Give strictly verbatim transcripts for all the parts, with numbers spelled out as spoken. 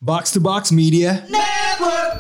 Box to Box Media Network.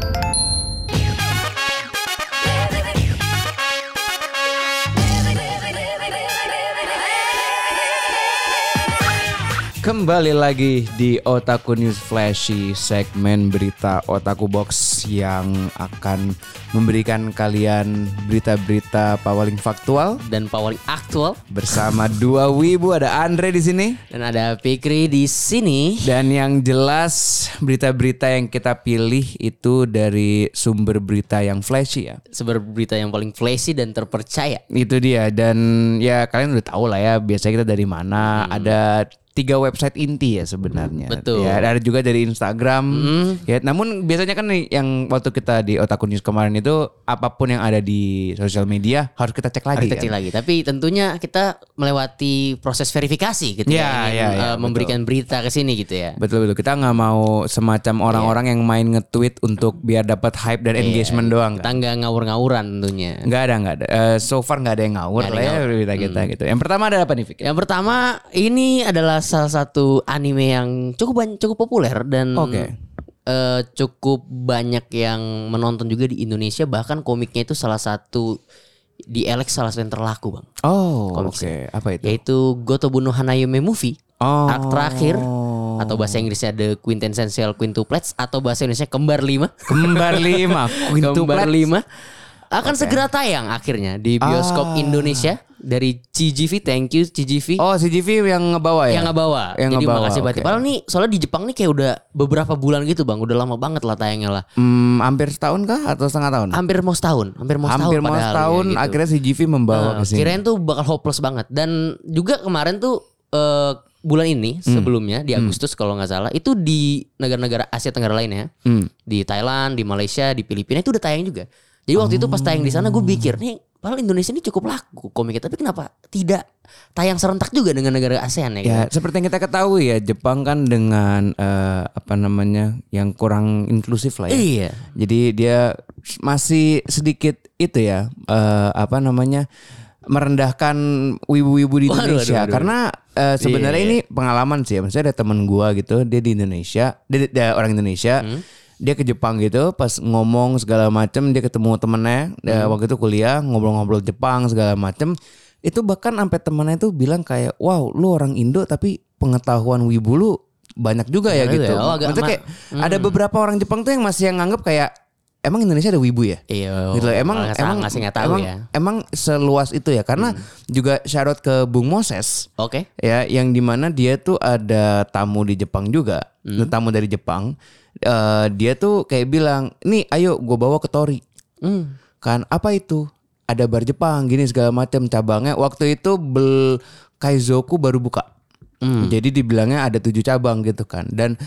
Kembali lagi di Otaku News Flashy, segmen berita Otaku Box yang akan memberikan kalian berita-berita paling faktual dan paling aktual bersama dua wibu. Ada Andre di sini dan ada Fikri di sini. Dan yang jelas berita-berita yang kita pilih itu dari sumber berita yang flashy ya. Sumber berita yang paling flashy dan terpercaya. Itu dia. Dan ya kalian udah tahu lah ya biasanya kita dari mana. Hmm. Ada tiga website inti ya sebenarnya. Betul. Ya, ada juga dari Instagram. Mm. Ya, namun biasanya kan yang waktu kita di Otaku News kemarin itu apapun yang ada di sosial media harus kita cek lagi. Harus kita cek kan? lagi. Tapi tentunya kita melewati proses verifikasi ketika Ya, ingin ya, ya, uh, memberikan berita ke sini gitu ya. Betul betul. Kita nggak mau semacam orang-orang yeah. yang main nge-tweet untuk biar dapat hype dan engagement yeah. doang. Kita Kan? nggak ngawur-ngawuran tentunya. Nggak ada nggak ada. Uh, so far nggak ada yang ngawur lah ya berita kita hmm. gitu. Yang pertama ada apa nih, Fik? Yang pertama ini adalah salah satu anime yang cukup banyak, cukup populer dan okay. uh, cukup banyak yang menonton juga di Indonesia. Bahkan komiknya itu salah satu di Alex salah satu yang terlaku, Bang. Oh, oke. Okay. Apa itu? Yaitu Gotobu no Hanayome Movie. Oh. Arc terakhir atau bahasa Inggrisnya The Quintessential Quintuplets atau bahasa Indonesia Kembar Lima. Kembar Lima. Kembar Lima akan okay. segera tayang akhirnya di bioskop ah. Indonesia dari C G V. Thank you C G V. Oh, C G V yang ngebawa ya? Yang ngebawa. Yang Jadi ngebawa, makasih banget. okay. Padahal nih soalnya di Jepang nih kayak udah beberapa bulan gitu, Bang. Udah lama banget lah tayangnya lah. Hmm, hampir setahun kah atau setengah tahun? Hampir mau setahun. Hampir mau setahun. Hampir mau setahun ya, gitu. Akhirnya C G V membawa nah, ke sini. Kirain tuh bakal hopeless banget. Dan juga kemarin tuh uh, bulan ini hmm. sebelumnya di Agustus hmm. kalau nggak salah itu di negara-negara Asia Tenggara lainnya, hmm. di Thailand, di Malaysia, di Filipina itu udah tayang juga. Jadi waktu oh. itu pas tayang di sana gue pikir nih, padahal Indonesia ini cukup laku komiknya, tapi kenapa tidak tayang serentak juga dengan negara ASEAN ya? Ya, gitu? Seperti yang kita ketahui ya, Jepang kan dengan uh, apa namanya yang kurang inklusif lah ya. Iya. Jadi dia masih sedikit itu ya, uh, apa namanya merendahkan wibu-wibu di Indonesia. Waduh, waduh, waduh. Karena uh, sebenarnya yeah. ini pengalaman sih ya. Maksudnya ada teman gua gitu, dia di Indonesia, dia, dia orang Indonesia. Hmm. Dia ke Jepang gitu, pas ngomong segala macem, dia ketemu temennya hmm. waktu itu kuliah, ngobrol-ngobrol Jepang segala macem. Itu bahkan sampai temennya itu bilang kayak, wow, lu orang Indo tapi pengetahuan wibu lu banyak juga ya, ya gitu. Ya. Oh, maksudnya kayak hmm. ada beberapa orang Jepang tuh yang masih yang nganggep kayak, emang Indonesia ada wibu ya? Iya. Gitu. Emang emang masih nggak tahu emang, ya. Emang seluas itu ya? Karena hmm. juga shout out ke Bung Moses. Oke. Okay. Ya, yang dimana dia tuh ada tamu di Jepang juga, hmm. tamu dari Jepang. Uh, dia tuh kayak bilang, nih ayo gue bawa ke Tori. Hmm. Kan apa itu? Ada bar Jepang gini segala macam cabangnya. Waktu itu Bel Kaizoku baru buka. Hmm. Jadi dibilangnya ada tujuh cabang gitu kan. Dan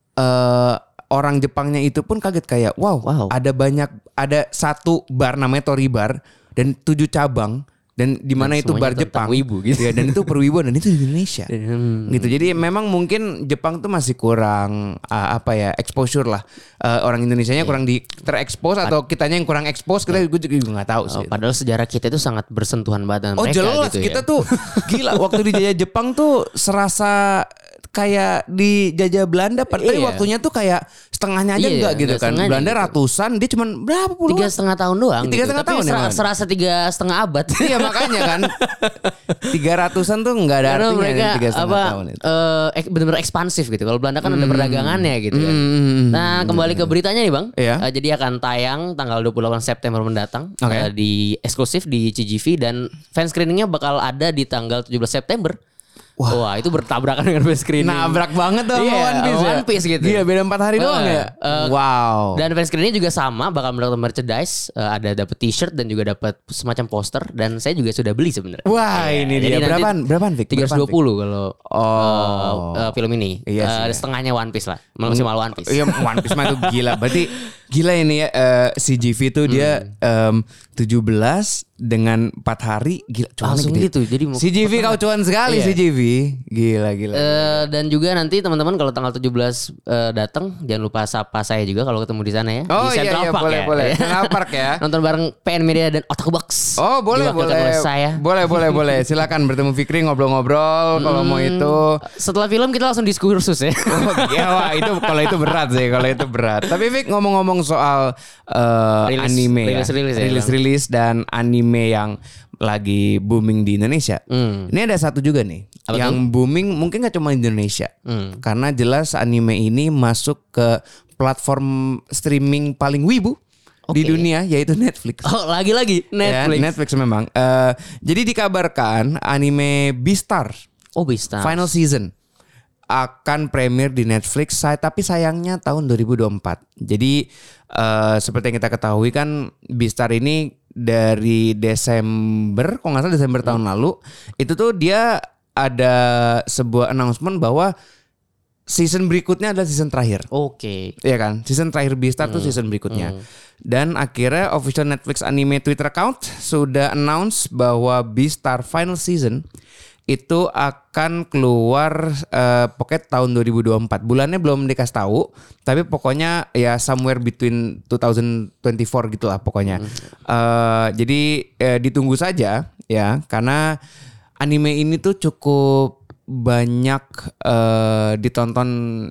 uh, orang Jepangnya itu pun kaget kayak, wow, wow, ada banyak, ada satu bar namanya Tori Bar dan tujuh cabang. Dan di mana itu bar Jepang wibu gitu ya, dan itu perwibuan dan itu di Indonesia hmm. gitu. Jadi memang mungkin Jepang tuh masih kurang uh, apa ya exposure lah, uh, orang Indonesianya yeah. kurang di terekspos atau kitanya yang kurang expose, kita gue juga nggak tahu sih. Oh, padahal sejarah kita itu sangat bersentuhan banget dengan oh, mereka jelas, gitu kita ya. tuh gila waktu dijajah Jepang tuh serasa kayak dijajah Belanda, padahal iya. waktunya tuh kayak setengahnya aja iya, enggak gitu kan. Belanda gitu. Ratusan, dia cuma berapa puluh? Tiga setengah tahun doang. Tiga gitu. setengah Tapi tahun ser- ya. Serasa tiga setengah abad. Iya makanya kan. Tiga ratusan tuh nggak ada karena artinya mereka tiga setengah apa, tahun itu. Uh, benar-benar ekspansif gitu. Kalau Belanda kan hmm. ada perdagangannya gitu kan. Hmm. Nah kembali ke beritanya nih Bang. Iya. Uh, jadi akan tayang tanggal dua puluh delapan September mendatang. Okay. Uh, di eksklusif di C G V dan fan screeningnya bakal ada di tanggal tujuh belas September. Wah. Wah itu bertabrakan dengan fan screening. Nabrak banget dong yeah, One Piece One ya? Piece gitu. Iya beda empat hari uh, doang ya. Uh, wow. Dan fan screeningnya juga sama, bakal mendapatkan merchandise, uh, ada dapat t-shirt dan juga dapat semacam poster. Dan saya juga sudah beli sebenarnya. Wah yeah, ini dia berapaan? Berapaan Vic? tiga ratus dua puluh kalau oh. uh, uh, film ini. Iya sih, uh, ya. Setengahnya One Piece lah, maksimal One Piece. Iya One Piece mah itu gila. Berarti gila ini ya uh, C G V tuh hmm. dia um, tujuh belas dengan empat hari gila cuannya langsung gede. Gitu. Jadi C G V kau cuan sekali yeah. C G V. Vi. Gila gila. Uh, dan juga nanti teman-teman kalau tanggal tujuh belas uh, datang jangan lupa sapa saya juga kalau ketemu di sana ya. Oh di iya iya Park boleh ya. boleh. Central Park ya. Nonton bareng P N Media dan Otak Box. Oh boleh boleh. Oleh saya. Boleh boleh boleh. Silakan bertemu Fikri ngobrol-ngobrol hmm, kalau mau itu. Setelah film kita langsung diskursus ya. Oh, ya wah, itu kalau itu berat sih kalau itu berat. Tapi Fik ngomong-ngomong soal uh, rilis, anime rilis, ya. rilis, ya, Rilis-rilis dan anime yang lagi booming di Indonesia. Hmm. Ini ada satu juga nih apa yang tuh? booming mungkin gak cuma di Indonesia. Hmm. Karena jelas anime ini masuk ke platform streaming paling wibu okay. di dunia yaitu Netflix. Oh, lagi-lagi Netflix. Ya, Netflix memang. Uh, jadi dikabarkan anime Beastars Oh, Beastars final season akan premier di Netflix, saya tapi sayangnya tahun dua ribu dua puluh empat. Jadi uh, seperti yang kita ketahui kan Beastars ini dari Desember, kalau nggak salah Desember hmm. tahun lalu, itu tuh dia ada sebuah announcement bahwa season berikutnya adalah season terakhir. Oke. Okay. Iya kan, season terakhir Beastars hmm. tuh season berikutnya. Hmm. Dan akhirnya official Netflix anime Twitter account sudah announce bahwa Beastars final season itu akan keluar uh, pokoknya tahun dua ribu dua puluh empat. Bulannya belum dikasih tahu, tapi pokoknya ya somewhere between dua ribu dua puluh empat gitulah pokoknya. Hmm. Uh, jadi uh, ditunggu saja ya, karena anime ini tuh cukup banyak uh, ditonton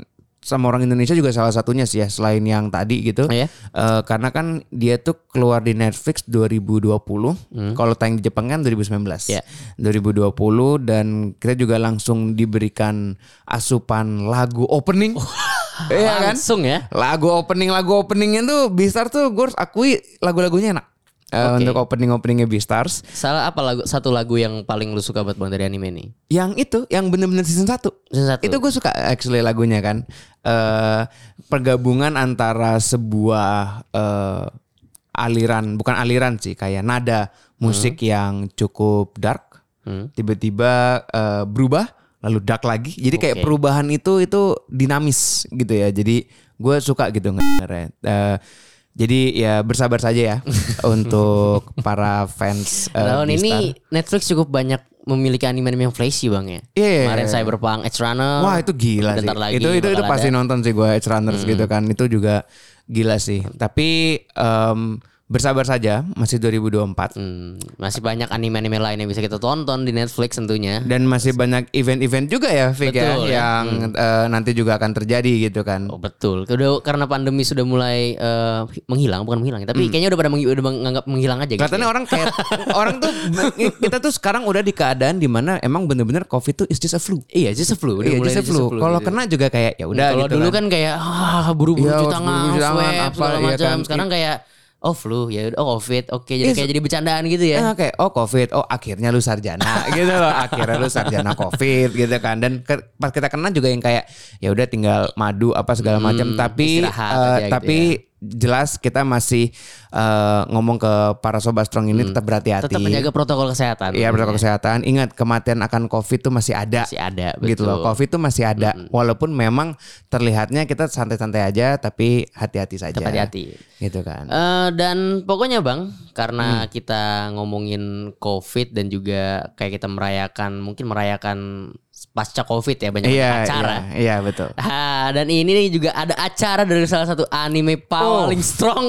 sama orang Indonesia juga salah satunya sih ya, selain yang tadi gitu. Oh, ya? uh, karena kan dia tuh keluar di Netflix dua ribu dua puluh. Hmm. Kalau tayang di Jepang kan dua ribu sembilan belas. Yeah. dua ribu dua puluh dan kita juga langsung diberikan asupan lagu opening. Oh, iya kan? Langsung ya. Lagu opening lagu openingnya tuh Beastars tuh gue harus akui lagu-lagunya enak. Uh, okay. Untuk opening-openingnya Beastars. Salah apa lagu satu lagu yang paling lu suka buat bang dari anime ini? Yang itu, yang bener-bener season satu. Season satu. Itu gue suka actually lagunya kan. Uh, pergabungan antara sebuah uh, aliran, bukan aliran sih, kayak nada musik hmm. yang cukup dark, hmm. tiba-tiba uh, berubah, lalu dark lagi. Jadi okay. kayak perubahan itu itu dinamis gitu ya. Jadi gue suka gitu ngedengernya. Uh, Jadi ya bersabar saja ya untuk para fans uh, tahun ini Netflix cukup banyak memiliki anime-anime yang flashy bang ya. Yeah. Kemarin Cyberpunk, Edge Runner. Wah itu gila sih. Lagi itu itu itu pasti ada. Nonton sih gue Edge Runners hmm. gitu kan. Itu juga gila sih. Tapi um, bersabar saja, masih dua ribu dua puluh empat. Hmm, masih banyak anime-anime lain yang bisa kita tonton di Netflix tentunya. Dan masih banyak event-event juga ya, Fik ya, yang hmm. uh, nanti juga akan terjadi gitu kan. Oh betul. Udah karena pandemi sudah mulai uh, menghilang, bukan menghilang, tapi hmm. kayaknya udah pada meng, udah menganggap menghilang aja. Katanya gitu ya. orang kayak orang tuh kita tuh sekarang udah di keadaan di mana emang bener-bener COVID tuh is just a flu. Iya, just a flu. Iya, just a flu. flu. Kalau gitu. Kena juga kayak ya udah. Kalau gitu dulu kan, kan kayak ah buru-buru ya, cuci tangan, swab apa, segala iya macam. kan. Sekarang kayak oh flu ya, oh covid, oke okay. jadi yes. kayak jadi bercandaan gitu ya. Eh, kayak oh covid, oh akhirnya lu sarjana gitu loh, akhirnya lu sarjana covid gitu kan. Dan ke, pas kita kena juga yang kayak ya udah tinggal madu apa segala macam, hmm, tapi uh, tapi gitu ya. Jelas kita masih uh, ngomong ke para sobat strong ini hmm. tetap berhati-hati. Tetap menjaga protokol kesehatan. Iya protokol kesehatan. Ingat kematian akan COVID tuh masih ada. Masih ada. Gitu betul. loh. COVID tuh masih ada. Hmm. Walaupun memang terlihatnya kita santai-santai aja, tapi hati-hati saja. Tetap hati-hati. Gitu kan. Uh, dan pokoknya bang, karena hmm. kita ngomongin COVID dan juga kayak kita merayakan, mungkin merayakan pasca COVID ya banyak iya, acara. Iya, iya betul. Ha, dan ini juga ada acara dari salah satu anime paling oh. strong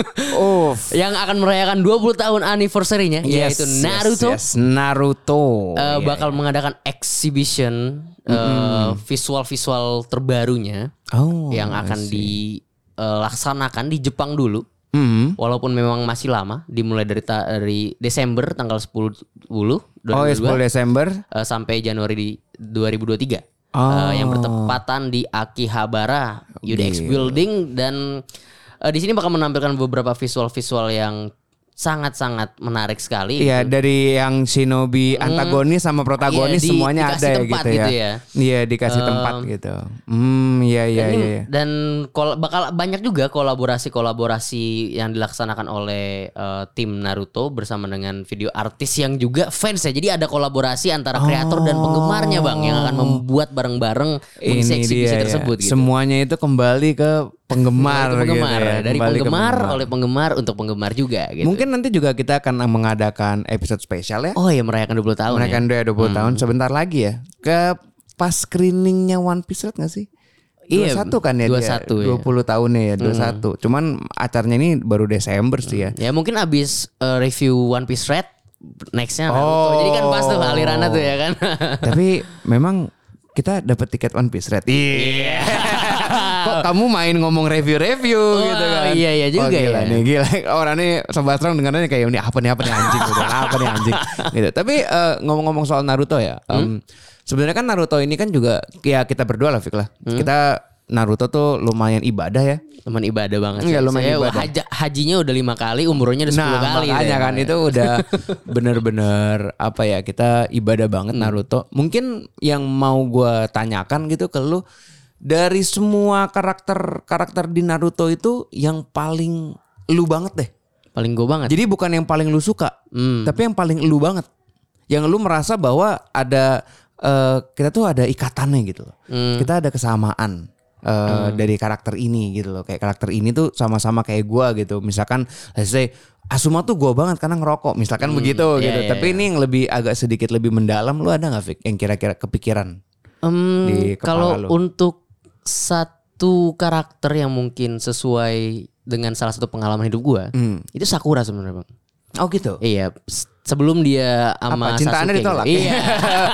oh. yang akan merayakan dua puluh tahun anniversary-nya yes, yaitu Naruto. Yes, yes. Naruto. Uh, yeah, bakal yeah. mengadakan exhibition mm-hmm. uh, visual-visual terbarunya oh, yang akan dilaksanakan uh, di Jepang dulu. Mm-hmm. Walaupun memang masih lama, dimulai dari ta- dari Desember tanggal sepuluh dua ribu dua puluh dua oh, ya sepuluh Desember uh, sampai Januari di dua ribu dua puluh tiga. Oh. Uh, yang bertepatan di Akihabara U D X okay. Building dan uh, di sini bakal menampilkan beberapa visual-visual yang sangat-sangat menarik sekali. Iya, gitu. Dari yang shinobi antagonis hmm, sama protagonis iya, di, semuanya ada ya gitu, gitu ya. Iya, dikasih uh, tempat gitu. Hmm, iya iya ini, iya. Dan kol- bakal banyak juga kolaborasi-kolaborasi yang dilaksanakan oleh uh, tim Naruto bersama dengan video artis yang juga fans ya. Jadi ada kolaborasi antara kreator oh. dan penggemarnya Bang yang akan membuat bareng-bareng mengisi eksibisi dia, tersebut ya. gitu. Semuanya itu kembali ke penggemar, Untuk penggemar gitu ya. dari Kembali ke penggemar oleh penggemar untuk penggemar juga gitu. Mungkin nanti juga kita akan mengadakan episode spesial ya. Oh ya merayakan dua puluh tahun. Merayakan ya? dua puluh tahun sebentar lagi ya. Ke pas screeningnya One Piece Red gak sih? Iya, dua puluh satu kan ya dua puluh dia. satu ya. dua puluh tahunnya ya, dua puluh satu. Cuman acaranya ini baru Desember sih ya. Ya mungkin abis uh, review One Piece Red nextnya Naruto. Oh. Jadi kan pas tuh alirannya tuh ya kan. Tapi memang kita dapat tiket One Piece Red. Iya. Kok kamu main ngomong review-review Oh, gitu kan? iya, iya juga oh, gila ya. nih, gila. Orang nih Sobat Strong dengarnya kayak ini apa nih apa nih anjing gitu. Apa nih anjing gitu. Tapi uh, ngomong-ngomong soal Naruto ya. Um, hmm? Sebenarnya kan Naruto ini kan juga ya kita berdua lah Fik lah. Hmm? Kita Naruto tuh lumayan ibadah ya. Teman ibadah banget. Iya, lumayan Saya ibadah. Haja, hajinya udah lima kali, umrohnya udah sepuluh Nah, kali. makanya deh. kan itu udah bener-bener apa ya, kita ibadah banget Naruto. Mungkin yang mau gue tanyakan gitu ke lu, dari semua karakter-karakter di Naruto itu yang paling lu banget deh. Paling gue banget. Jadi bukan yang paling lu suka, Hmm. tapi yang paling lu banget. Yang lu merasa bahwa ada uh, kita tuh ada ikatannya gitu loh. Hmm. Kita ada kesamaan. Uh, hmm. dari karakter ini gitu loh. Kayak karakter ini tuh sama-sama kayak gua gitu. Misalkan let's say Asuma tuh gua banget karena ngerokok. Misalkan hmm. begitu yeah, gitu. yeah, Tapi yeah. ini yang lebih agak sedikit lebih mendalam. Lu ada gak Fik yang kira-kira kepikiran? Um, di kepala kalau lu? untuk satu karakter yang mungkin sesuai dengan salah satu pengalaman hidup gua, Hmm. itu Sakura sebenarnya bang. Oh gitu? Iya, s- sebelum dia sama Apa? Cintaannya Sasuke ditolak? gitu. Iya.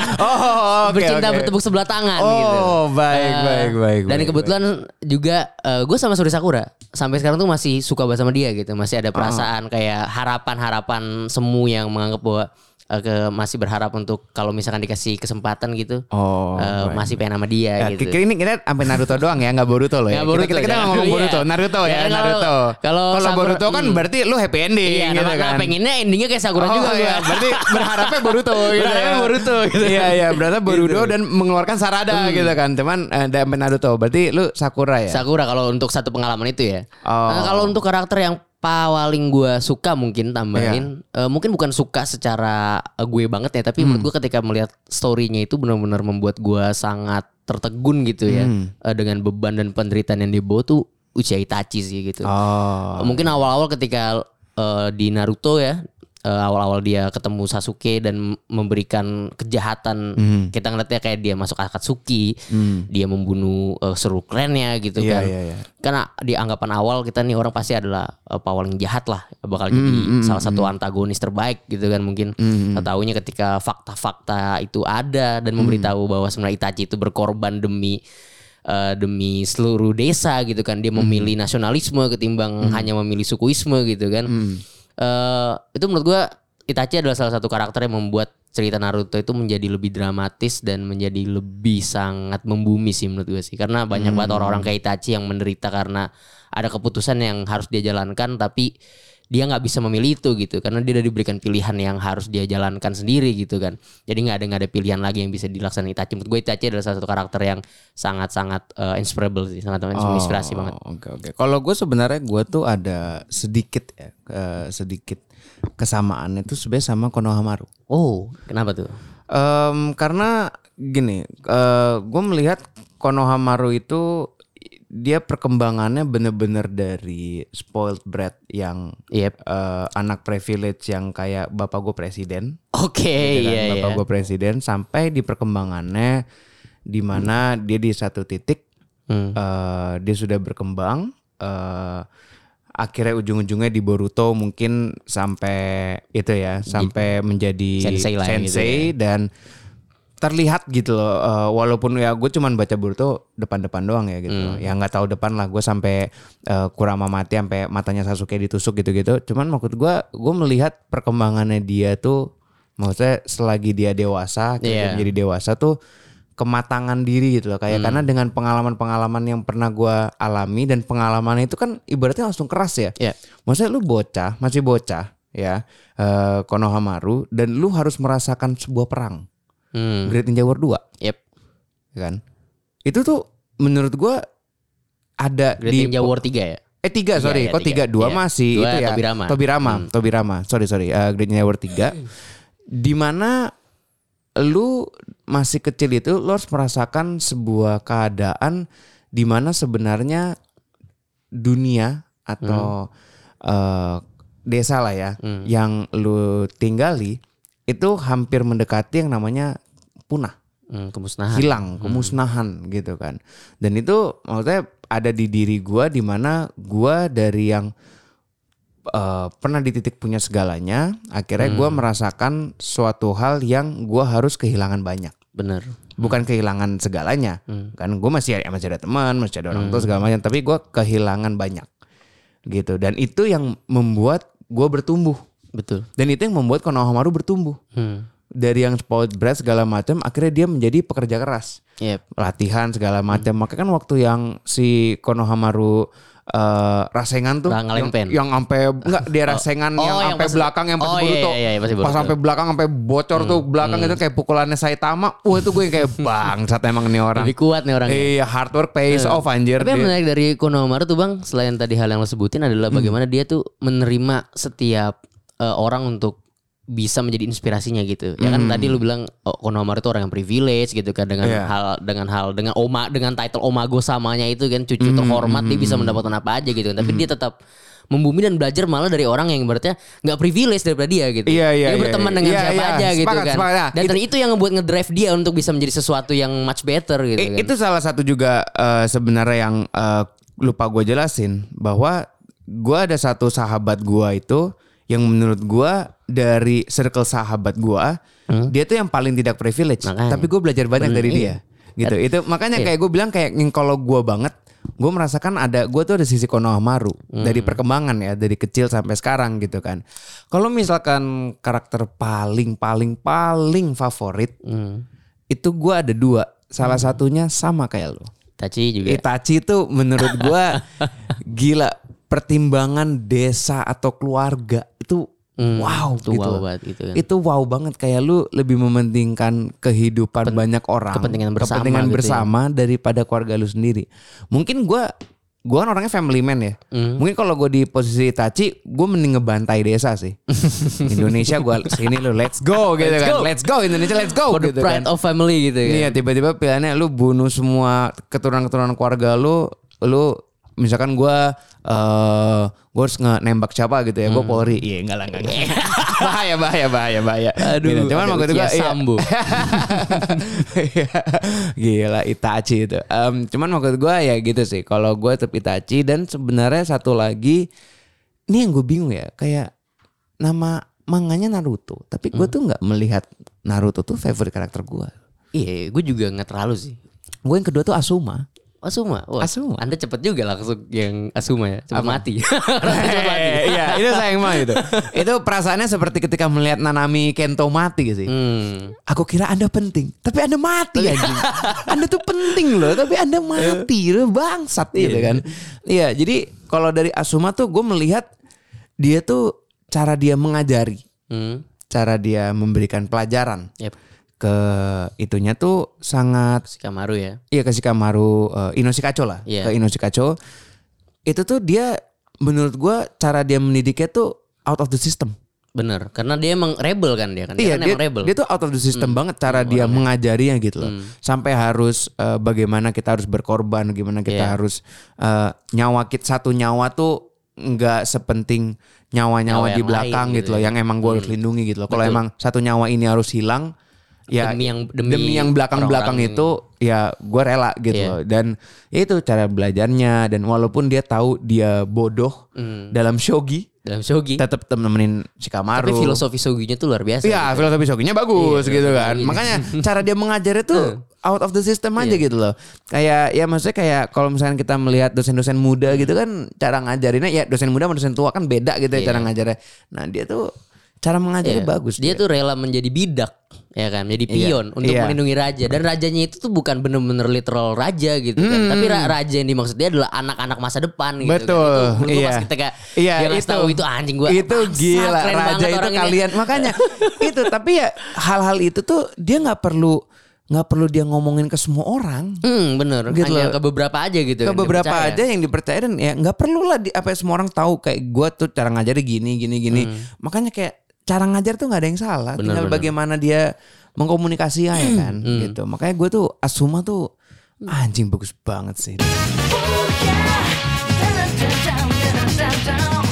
Oh oke, Bercinta oke. bertepuk sebelah tangan Oh, gitu. baik, Eh, baik, baik, Dan baik, kebetulan juga gue sama Suri Sakura sampai sekarang tuh masih suka banget sama dia gitu. Masih ada perasaan kayak harapan-harapan semu yang menganggap bahwa eh, ke masih berharap untuk kalau misalkan dikasih kesempatan gitu. Oh, eh, baik. masih pengen sama dia Ya, gitu. kira ini kita sampai Naruto doang ya, nggak Boruto loh ya. Nggak Boruto, kita kita, kita jangan. ngomong Iya. Boruto, Naruto ya, Ya, kalau- Naruto. kalau Kalau Sakura- Boruto kan hmm. berarti lu happy ending Iya, gitu nah, kan. nah, pengennya endingnya kayak Sakura Oh, juga iya, gua. berarti berharapnya Boruto gitu. Berharapnya ya. Boruto gitu. Iya iya, berarti Boruto dan mengeluarkan Sarada gitu kan. Cuman eh, sampai Naruto. Berarti lu Sakura ya. Sakura kalau untuk satu pengalaman itu ya. Oh. Nah, kalau untuk karakter yang paling gue suka mungkin tambahin, Iya. eh, mungkin bukan suka secara eh, gue banget ya, tapi menurut gue ketika melihat story-nya itu benar-benar membuat gue sangat tertegun gitu ya, Hmm. eh, dengan beban dan penderitaan yang dibawa tuh Uchiha Itachi sih gitu. Oh. Mungkin awal-awal ketika eh, di Naruto ya, eh, awal-awal dia ketemu Sasuke dan memberikan kejahatan, Hmm. kita ngeliatnya kayak dia masuk Akatsuki, Hmm. dia membunuh eh, seluruh klannya gitu Iya, kan. iya, iya. Karena di anggapan awal kita nih orang pasti adalah uh, pawaling jahat lah, bakal jadi mm, salah satu antagonis terbaik gitu kan mungkin. Mm. Tahunya ketika fakta-fakta itu ada dan memberitahu bahwa sebenarnya Itachi itu berkorban demi uh, demi seluruh desa gitu kan. Dia memilih nasionalisme ketimbang hanya memilih sukuisme gitu kan. Uh, itu menurut gua Itachi adalah salah satu karakter yang membuat cerita Naruto itu menjadi lebih dramatis dan menjadi lebih sangat membumi sih menurut gue sih. Karena banyak banget orang-orang kayak Itachi yang menderita karena ada keputusan yang harus dia jalankan tapi dia nggak bisa memilih itu gitu. Karena dia udah diberikan pilihan yang harus dia jalankan sendiri gitu kan. Jadi nggak ada nggak ada pilihan lagi yang bisa dilaksanakan Itachi. Menurut gue Itachi adalah salah satu karakter yang sangat-sangat uh, inspirable sih, sangat menginspirasi banget. Oke oke. Kalau gue sebenarnya gue tuh ada sedikit ya, eh, sedikit kesamaan itu sebenarnya sama Konohamaru. Oh, kenapa tuh? Em, karena gini, eh, gue melihat Konohamaru itu dia perkembangannya bener-bener dari spoiled brat yang Yep. eh, anak privilege yang kayak bapak gue presiden, Oke, gitu kan, iya bapak iya. gue presiden, sampai di perkembangannya di mana dia di satu titik Hmm. eh, dia sudah berkembang. eh, Akhirnya ujung-ujungnya di Boruto mungkin sampai itu ya, sampai menjadi Sensei lah gitu ya. dan terlihat gitu loh. eh, walaupun ya gue cuman baca Boruto depan-depan doang ya gitu. Hmm. Ya nggak tahu depan lah, gue sampai eh, Kurama mati sampai matanya Sasuke ditusuk gitu-gitu. Cuman maksud gue, gue melihat perkembangannya dia tuh, maksudnya selagi dia dewasa, Iya. yeah. menjadi dewasa tuh kematangan diri gitu loh. Kayak Hmm. karena dengan pengalaman-pengalaman yang pernah gue alami, dan pengalaman itu kan ibaratnya langsung keras ya. Iya. Maksudnya lu bocah, masih bocah ya, eh, Konohamaru, dan lu harus merasakan sebuah perang. Hmm. Great Ninja War dua, Yep. kan? Itu tuh menurut gua ada Great di Ninja War tiga ya? eh tiga Tiga, sorry, ya, kok tiga. tiga dua Iya. masih Dua itu ya. Tobirama. Tobirama, Hmm. Tobirama. Sorry sorry, uh, Great Ninja War tiga. Di mana lu masih kecil itu lu harus merasakan sebuah keadaan di mana sebenarnya dunia atau hmm. uh, desa lah ya hmm. yang lu tinggali itu hampir mendekati yang namanya punah, hmm, kemusnahan, hilang, kemusnahan hmm. gitu kan. Dan itu maksudnya ada di diri gue, di mana gue dari yang uh, pernah di titik punya segalanya, akhirnya hmm. gue merasakan suatu hal yang gue harus kehilangan banyak. Bener. Bukan kehilangan segalanya, hmm. kan gue masih masih ada teman, masih ada orang tua hmm. segala macam, tapi gue kehilangan banyak. Gitu, dan itu yang membuat gue bertumbuh. Betul. Dan itu yang membuat Konohamaru bertumbuh. Hmm. Dari yang spoiled brat segala macam, akhirnya dia menjadi pekerja keras. Yep. Latihan segala macam. Hmm. Makanya kan waktu yang si Konohamaru uh, Rasengan tuh, yang yang sampai enggak dia Rasengan oh, yang sampai oh, belakang yang pas oh, Boruto. Iya, iya, iya, pas sampai belakang sampai bocor hmm. tuh belakang hmm. itu kayak pukulannya Saitama. Wah, itu gue kayak bangsat emang nih orang. Lebih kuat nih orangnya. Iya, hard work pays uh. off anjir. Tapi yang menarik dari Konohamaru tuh Bang, selain tadi hal yang lo sebutin adalah hmm. bagaimana dia tuh menerima setiap uh, orang untuk bisa menjadi inspirasinya gitu. Ya kan hmm. tadi lu bilang oh, Konohamaru itu orang yang privilege gitu kan dengan yeah. hal dengan hal dengan oma dengan title Omago samanya itu kan cucu hmm. terhormat, dia bisa mendapatkan apa aja gitu kan. Tapi hmm. dia tetap membumi dan belajar malah dari orang yang berarti nggak privilege daripada dia gitu. Yeah, yeah, dia berteman yeah, dengan yeah, siapa yeah. aja gitu sepakat, kan. Sepakat. Dan itu, itu yang ngebuat ngedrive dia untuk bisa menjadi sesuatu yang much better gitu eh, kan. Itu salah satu juga uh, sebenarnya yang uh, lupa gue jelasin, bahwa gue ada satu sahabat gue itu yang menurut gue dari circle sahabat gue hmm? dia tuh yang paling tidak privilege. Makanya. Tapi gue belajar banyak Bener, dari iya. dia gitu. Itu makanya iya. kayak gue bilang kayak kalau gue banget, gue merasakan ada gue tuh ada sisi Konohamaru hmm. dari perkembangan ya, dari kecil sampai sekarang gitu kan. Kalau misalkan karakter paling paling paling favorit hmm. itu gue ada dua. Salah hmm. satunya sama kayak lo, Itachi juga. Itachi itu menurut gue gila. Pertimbangan desa atau keluarga itu hmm, wow itu gitu. Wow banget gitu kan. Itu wow banget, kayak lu lebih mementingkan kehidupan Pen, banyak orang, kepentingan bersama, kepentingan gitu bersama ya. daripada keluarga lu sendiri. Mungkin gue gue kan orangnya family man ya. Hmm. Mungkin kalau gue di posisi Itachi, gue mending ngebantai desa sih. Indonesia gue sini lu let's go gitu let's kan. Go. Let's go Indonesia, let's go. For gitu the pride kan. of family gitu kan. Iya, tiba-tiba pilihannya lu bunuh semua keturunan-keturunan keluarga lu, lu misalkan gue uh, gue harus nembak siapa gitu ya, hmm. gue Polri, iya enggak lah enggak, enggak. bahaya bahaya bahaya bahaya. Aduh, gitu. Cuman waktu itu gue Sambo. Gila Itachi itu. Um, cuman waktu gue ya gitu sih. Kalau gue tetap Itachi, dan sebenarnya satu lagi, ini yang gue bingung ya, kayak nama manganya Naruto, tapi gue hmm. tuh nggak melihat Naruto tuh favorite karakter gue. Iya, gue juga nggak terlalu sih. Gue yang kedua tuh Asuma. Asuma, wah, Asuma. Anda cepet juga langsung yang Asuma ya, cepet Apa? mati. Iya, itu sayang banget itu. Itu perasaannya seperti ketika melihat Nanami Kento mati sih. Hmm. Aku kira Anda penting, tapi Anda mati anjing. Anda tuh penting loh, tapi Anda mati, loh bangsat gitu kan. Iya, jadi kalau dari Asuma tuh gue melihat dia tuh cara dia mengajari, hmm. cara dia memberikan pelajaran. Yep. Ke itunya tuh sangat Shikamaru ya. Iya, ke Shikamaru, uh, Inoshikacho lah. Yeah. Ke Inoshikacho. Itu tuh dia menurut gue cara dia mendidiknya tuh out of the system. Bener, karena dia emang rebel kan dia kan. Dia iya, kan dia, emang rebel. Dia tuh out of the system hmm. banget cara hmm, dia orangnya. Mengajarinya gitu loh. Hmm. Sampai harus uh, bagaimana kita harus berkorban, bagaimana kita yeah. harus uh, nyawa kita, satu nyawa tuh nggak sepenting nyawa-nyawa nyawa di belakang gitu, gitu loh, ya. Yang emang gue hmm. harus lindungi gitu loh. Kalau emang satu nyawa ini harus hilang, ya demi yang demi, demi yang belakang-belakang itu ya gue rela gitu yeah. loh. Dan ya itu cara belajarnya, dan walaupun dia tahu dia bodoh mm. dalam shogi, dalam shogi tetap temenin Shikamaru. Tapi filosofi shoginya tuh luar biasa. Iya, gitu. Filosofi shoginya bagus yeah, gitu kan. Gitu. Makanya cara dia mengajar itu out of the system aja yeah. gitu loh. Kayak ya maksudnya kayak kalau misalnya kita melihat dosen-dosen muda gitu kan, cara ngajarinnya ya dosen muda sama dosen tua kan beda gitu ya yeah. cara ngajarnya. Nah, dia tuh cara mengajarnya yeah. bagus. Dia, dia tuh rela menjadi bidak, ya kan, menjadi pion yeah. untuk yeah. melindungi raja. Dan rajanya itu tuh bukan bener-bener literal raja gitu kan, hmm. tapi raja yang dimaksud dia adalah anak-anak masa depan gitu. Betul. Kan. Itu iya. pas ketika iya, dia ngasih tahu itu anjing gue. Itu gila, raja itu kalian ini. Makanya itu. Tapi ya hal-hal itu tuh dia nggak perlu nggak perlu dia ngomongin ke semua orang. Hmm, bener. Gitu hanya loh. Ke beberapa aja gitu. Ke kan, beberapa aja yang dipercaya, dan ya nggak perlu lah di, apa semua orang tahu kayak gue tuh cara ngajarnya gini gini gini. Hmm. Makanya kayak cara ngajar tuh nggak ada yang salah, bener, tinggal bener. Bagaimana dia mengkomunikasi ya kan, mm. gitu. Makanya gue tuh Asuma tuh anjing bagus banget sih. down, down, down, down, down.